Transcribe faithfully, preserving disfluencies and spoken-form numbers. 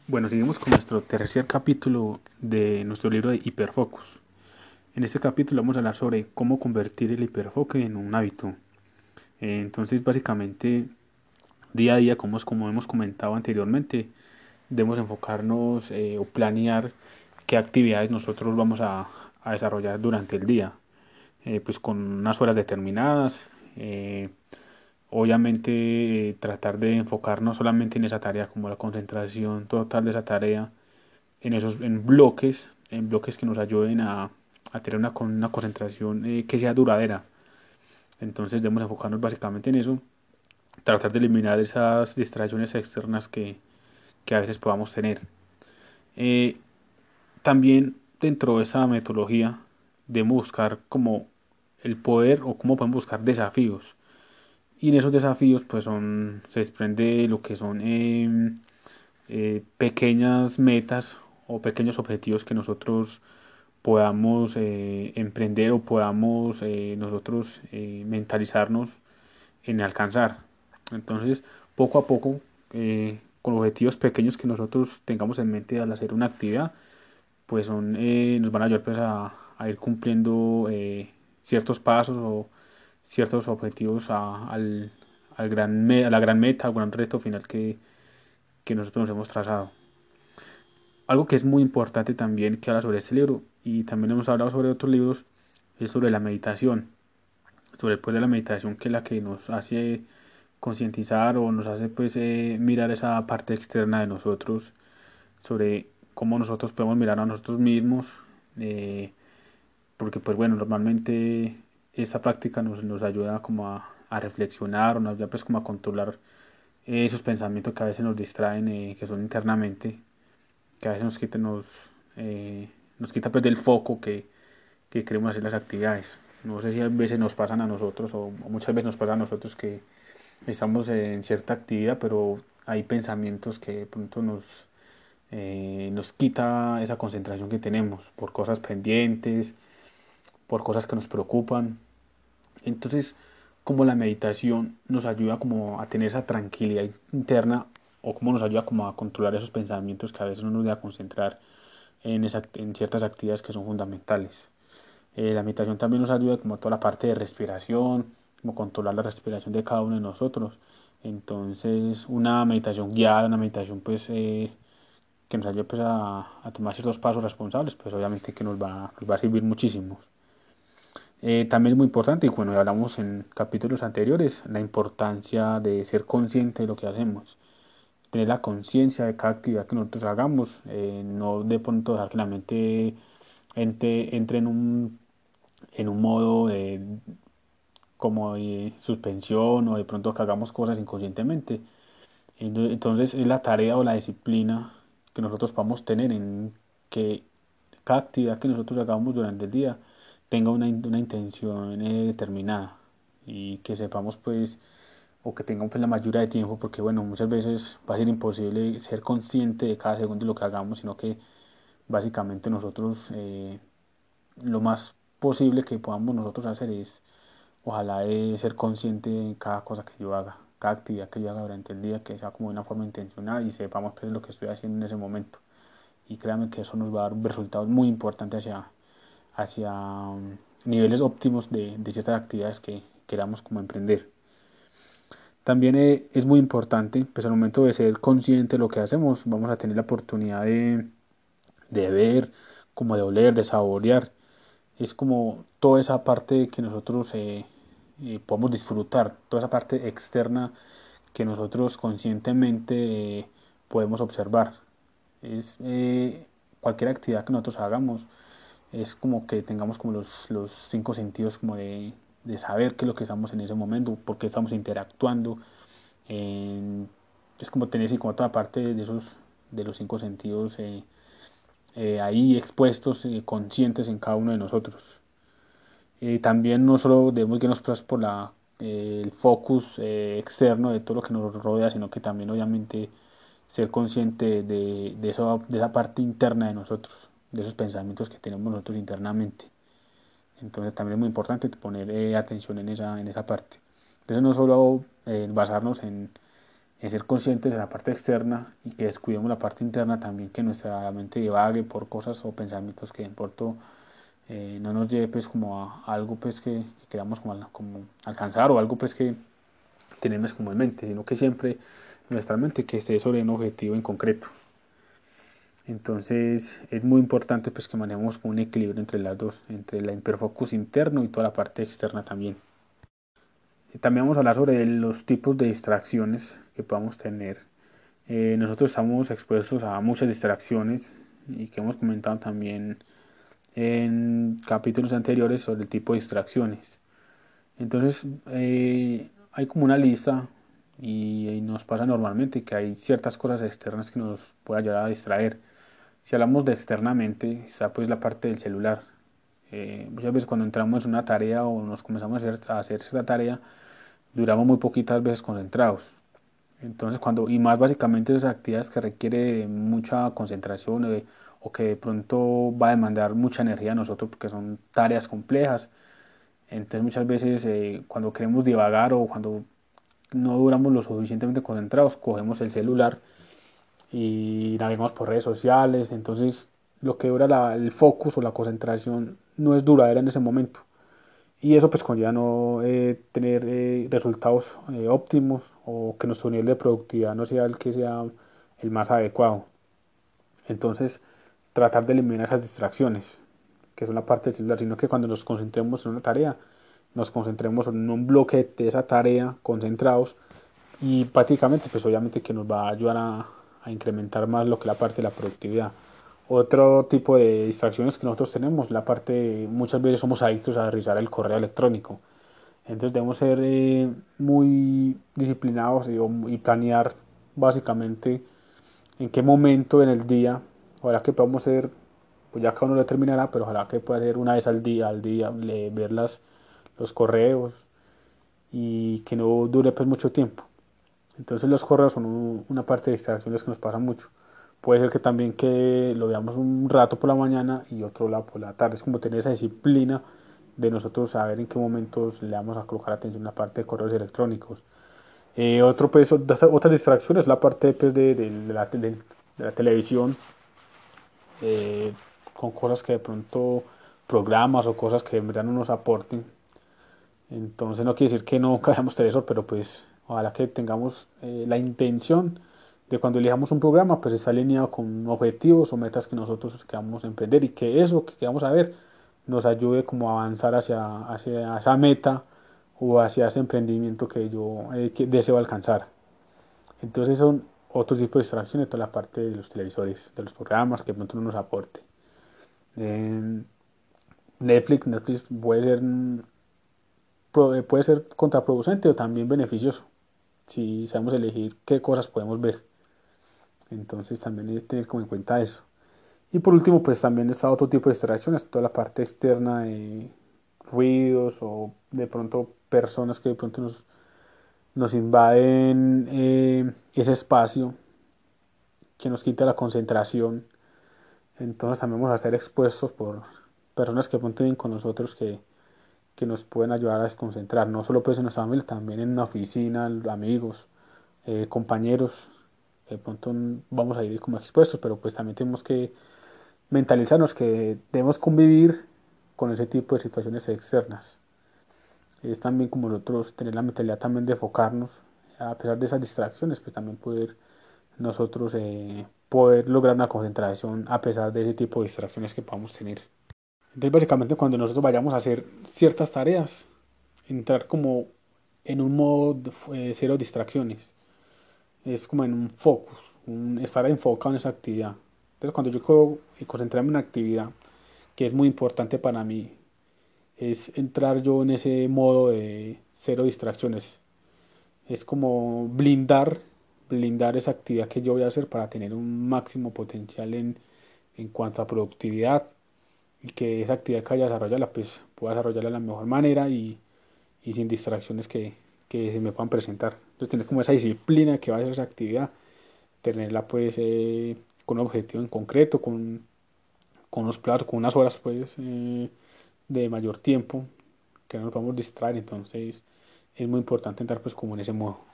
Bueno, seguimos con nuestro tercer capítulo de nuestro libro de Hiperfocus. En este capítulo vamos a hablar sobre cómo convertir el hiperfoco en un hábito. Eh, entonces, básicamente, día a día, como, como hemos comentado anteriormente, debemos enfocarnos eh, o planear qué actividades nosotros vamos a, a desarrollar durante el día. Eh, pues con unas horas determinadas. Eh, obviamente, eh, tratar de enfocarnos solamente en esa tarea, como la concentración total de esa tarea en esos en bloques, en bloques que nos ayuden a, a tener una, una concentración eh, que sea duradera. Entonces debemos enfocarnos básicamente en eso, tratar de eliminar esas distracciones externas que, que a veces podamos tener. Eh, También dentro de esa metodología debemos buscar como el poder o cómo podemos buscar desafíos. Y en esos desafíos pues son, se desprende lo que son eh, eh, pequeñas metas o pequeños objetivos que nosotros podamos eh, emprender o podamos eh, nosotros eh, mentalizarnos en alcanzar. Entonces, poco a poco, eh, con objetivos pequeños que nosotros tengamos en mente al hacer una actividad, pues son, eh, nos van a ayudar pues, a, a ir cumpliendo eh, ciertos pasos o ciertos objetivos a, al, al gran me- a la gran meta, al gran reto final que, que nosotros nos hemos trazado. Algo que es muy importante también que habla sobre este libro, y también hemos hablado sobre otros libros, es sobre la meditación, sobre el poder de la meditación, que es la que nos hace concientizar o nos hace pues eh, mirar esa parte externa de nosotros, sobre cómo nosotros podemos mirar a nosotros mismos, eh, porque pues bueno, normalmente esta práctica nos, nos ayuda como a, a reflexionar o nos ayuda pues como a controlar eh, esos pensamientos que a veces nos distraen, eh, que son internamente, que a veces nos quita, nos, eh, nos quita pues del foco que, que queremos hacer las actividades. No sé si a veces nos pasan a nosotros o, o muchas veces nos pasa a nosotros que estamos en cierta actividad, pero hay pensamientos que de pronto nos, eh, nos quita esa concentración que tenemos por cosas pendientes, por cosas que nos preocupan. Entonces, como la meditación nos ayuda como a tener esa tranquilidad interna o como nos ayuda como a controlar esos pensamientos que a veces no nos deja concentrar en, esa, en ciertas actividades que son fundamentales. Eh, la meditación también nos ayuda como a toda la parte de respiración, como controlar la respiración de cada uno de nosotros. Entonces, una meditación guiada, una meditación pues eh, que nos ayude pues a, a tomar ciertos pasos responsables, pues obviamente que nos va, nos va a servir muchísimo. Eh, también es muy importante, y bueno, ya hablamos en capítulos anteriores, la importancia de ser consciente de lo que hacemos, tener la conciencia de cada actividad que nosotros hagamos, eh, no de pronto dejar que la mente entre, entre en un, en un modo de, como de suspensión o de pronto que hagamos cosas inconscientemente. Ento- Entonces es la tarea o la disciplina que nosotros podamos tener en que cada actividad que nosotros hagamos durante el día tenga una, in- una intención eh, determinada y que sepamos pues o que tengamos pues, la mayoría de tiempo porque bueno muchas veces va a ser imposible ser consciente de cada segundo de lo que hagamos, sino que básicamente nosotros eh, lo más posible que podamos nosotros hacer es ojalá eh, ser consciente de cada cosa que yo haga, cada actividad que yo haga durante el día, que sea como de una forma intencional y sepamos qué es lo que estoy haciendo en ese momento. Y créanme que eso nos va a dar un resultado muy importante hacia, hacia um, niveles óptimos de, de ciertas actividades que queramos como emprender. También eh, es muy importante, pues al momento de ser consciente de lo que hacemos, vamos a tener la oportunidad de, de ver, como de oler, de saborear. Es como toda esa parte que nosotros eh, eh, podemos disfrutar, toda esa parte externa que nosotros conscientemente eh, podemos observar. Es eh, cualquier actividad que nosotros hagamos, es como que tengamos como los, los cinco sentidos como de, de saber qué es lo que estamos en ese momento, por qué estamos interactuando. en- es como tener así como toda parte de esos de los cinco sentidos eh, eh, ahí expuestos, eh, conscientes en cada uno de nosotros. Eh, también no solo debemos irnos pues, por la, eh, el focus eh, externo de todo lo que nos rodea, sino que también obviamente ser consciente de, de, eso, de esa parte interna de nosotros, de esos pensamientos que tenemos nosotros internamente. Entonces también es muy importante poner eh, atención en esa, en esa parte. Entonces no solo eh, basarnos en, en ser conscientes de la parte externa y que descuidemos la parte interna también, que nuestra mente divague por cosas o pensamientos que en pronto eh, no nos lleve pues como a, a algo pues que, que queramos como, como alcanzar o algo pues que tenemos como en mente, sino que siempre nuestra mente que esté sobre un objetivo en concreto. Entonces es muy importante pues que manejemos un equilibrio entre las dos, entre el hiperfocus interno y toda la parte externa también. También vamos a hablar sobre los tipos de distracciones que podamos tener. Eh, nosotros estamos expuestos a muchas distracciones y que hemos comentado también en capítulos anteriores sobre el tipo de distracciones. Entonces eh, hay como una lista y, y nos pasa normalmente que hay ciertas cosas externas que nos pueden ayudar a distraer. Si hablamos de externamente, está pues la parte del celular. Eh, muchas veces cuando entramos en una tarea o nos comenzamos a hacer, a hacer esta tarea, duramos muy poquitas veces concentrados. Entonces, cuando, y más básicamente esas actividades que requiere mucha concentración eh, o que de pronto va a demandar mucha energía a nosotros porque son tareas complejas. Entonces, muchas veces eh, cuando queremos divagar o cuando no duramos lo suficientemente concentrados, cogemos el celular y navegamos por redes sociales. Entonces, lo que dura la, el focus o la concentración no es duradera en ese momento. Y eso pues conlleva no eh, tener eh, resultados eh, óptimos o que nuestro nivel de productividad no sea el que sea el más adecuado. Entonces, tratar de eliminar esas distracciones, que son la parte del celular, sino que cuando nos concentremos en una tarea, nos concentremos en un bloque de esa tarea, concentrados, y prácticamente pues obviamente que nos va a ayudar a, a incrementar más lo que es la parte de la productividad. Otro tipo de distracciones que nosotros tenemos, la parte, muchas veces somos adictos a revisar el correo electrónico. Entonces debemos ser eh, muy disciplinados y, y planear básicamente en qué momento en el día, ojalá que podamos ser, pues ya cada uno lo terminará, pero ojalá que pueda ser una vez al día, al día, le- ver las, los correos y que no dure pues mucho tiempo. Entonces los correos son un- una parte de distracciones que nos pasa mucho. Puede ser que también que lo veamos un rato por la mañana y otro lado por la tarde. Es como tener esa disciplina de nosotros saber en qué momentos le vamos a colocar atención a la parte de correos electrónicos. Eh, otro pues, otras distracciones, la parte pues, de, de, de la, de, de la televisión, eh, con cosas que de pronto, programas o cosas que en verdad no nos aporten. Entonces no quiere decir que no veamos televisor, pero pues ojalá que tengamos eh, la intención de cuando elijamos un programa, pues está alineado con objetivos o metas que nosotros queramos emprender y que eso que vamos a ver nos ayude como a avanzar hacia, hacia esa meta o hacia ese emprendimiento que yo eh, que deseo alcanzar. Entonces son otro tipo de distracciones, toda la parte de los televisores, de los programas que de pronto no nos aporte. Eh, Netflix, Netflix puede ser, mm, pro- puede ser contraproducente o también beneficioso si sabemos elegir qué cosas podemos ver. Entonces también hay que tener como en cuenta eso. Y por último, pues también está otro tipo de distracciones, toda la parte externa de ruidos o de pronto personas que de pronto nos, nos invaden eh, ese espacio, que nos quita la concentración. Entonces también vamos a estar expuestos por personas que de pronto viven con nosotros que, que nos pueden ayudar a desconcentrar, no solo pues en nuestra familia, también en una oficina, amigos, eh, compañeros. De pronto vamos a ir como expuestos, pero pues también tenemos que mentalizarnos que debemos convivir con ese tipo de situaciones externas. Es también como nosotros tener la mentalidad también de enfocarnos, a pesar de esas distracciones, pues también poder nosotros eh, poder lograr una concentración a pesar de ese tipo de distracciones que podamos tener. Entonces básicamente cuando nosotros vayamos a hacer ciertas tareas, entrar como en un modo de, eh, cero distracciones, es como en un focus, un estar enfocado en esa actividad. Entonces cuando yo puedo concentrarme en una actividad que es muy importante para mí, es entrar yo en ese modo de cero distracciones. Es como blindar, blindar esa actividad que yo voy a hacer para tener un máximo potencial en, en cuanto a productividad y que esa actividad que vaya a desarrollarla, pues pueda desarrollarla de la mejor manera y, y sin distracciones que, que se me puedan presentar. Entonces tener como esa disciplina que va a hacer esa actividad, tenerla pues eh, con un objetivo en concreto, con, con unos plazos, con unas horas pues eh, de mayor tiempo, que no nos podamos distraer, entonces es muy importante entrar pues como en ese modo.